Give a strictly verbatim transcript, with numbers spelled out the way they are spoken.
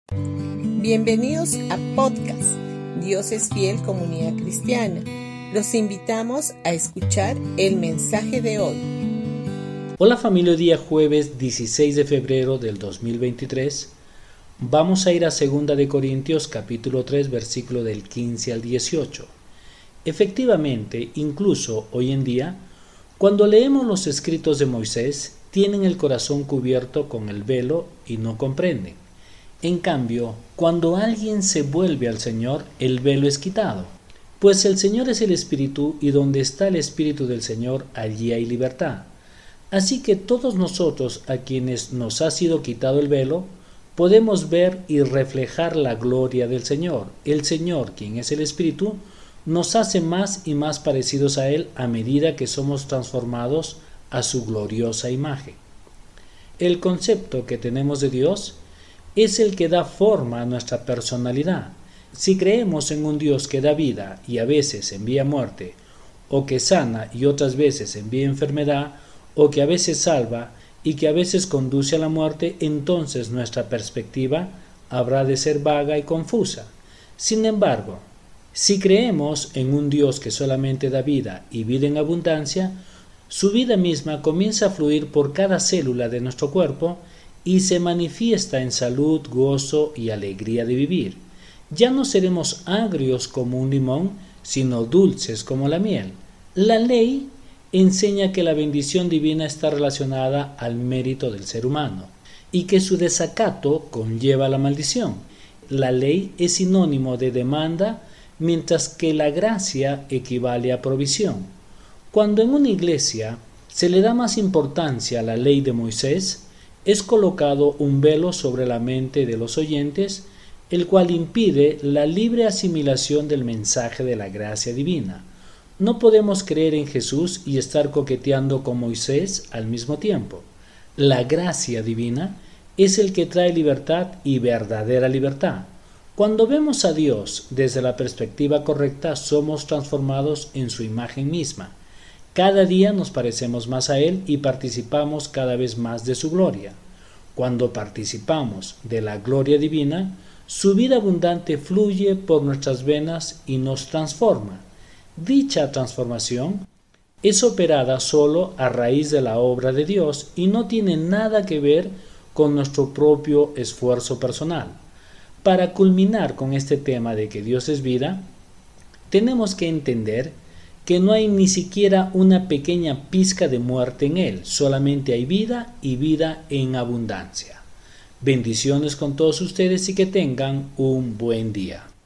Bienvenidos a podcast Dios es Fiel Comunidad Cristiana. Los invitamos a escuchar el mensaje de hoy. Hola familia, día jueves dieciséis de febrero del dos mil veintitrés. Vamos a ir a segunda de Corintios capítulo tres versículo del quince al dieciocho. Efectivamente, incluso hoy en día, cuando leemos los escritos de Moisés, tienen el corazón cubierto con el velo y no comprenden. En cambio, cuando alguien se vuelve al Señor, el velo es quitado. Pues el Señor es el Espíritu, y donde está el Espíritu del Señor, allí hay libertad. Así que todos nosotros, a quienes nos ha sido quitado el velo, podemos ver y reflejar la gloria del Señor. El Señor, quien es el Espíritu, nos hace más y más parecidos a Él a medida que somos transformados a su gloriosa imagen. El concepto que tenemos de Dios es el que da forma a nuestra personalidad. Si creemos en un Dios que da vida y a veces envía muerte, o que sana y otras veces envía enfermedad, o que a veces salva y que a veces conduce a la muerte, entonces nuestra perspectiva habrá de ser vaga y confusa. Sin embargo, si creemos en un Dios que solamente da vida y vida en abundancia, su vida misma comienza a fluir por cada célula de nuestro cuerpo y se manifiesta en salud, gozo y alegría de vivir. Ya no seremos agrios como un limón, sino dulces como la miel. La ley enseña que la bendición divina está relacionada al mérito del ser humano y que su desacato conlleva la maldición. La ley es sinónimo de demanda, mientras que la gracia equivale a provisión. Cuando en una iglesia se le da más importancia a la ley de Moisés, es colocado un velo sobre la mente de los oyentes, el cual impide la libre asimilación del mensaje de la gracia divina. No podemos creer en Jesús y estar coqueteando con Moisés al mismo tiempo. La gracia divina es el que trae libertad y verdadera libertad. Cuando vemos a Dios desde la perspectiva correcta, somos transformados en su imagen misma. Cada día nos parecemos más a Él y participamos cada vez más de su gloria. Cuando participamos de la gloria divina, su vida abundante fluye por nuestras venas y nos transforma. Dicha transformación es operada solo a raíz de la obra de Dios y no tiene nada que ver con nuestro propio esfuerzo personal. Para culminar con este tema de que Dios es vida, tenemos que entender que no hay ni siquiera una pequeña pizca de muerte en Él, solamente hay vida y vida en abundancia. Bendiciones con todos ustedes y que tengan un buen día.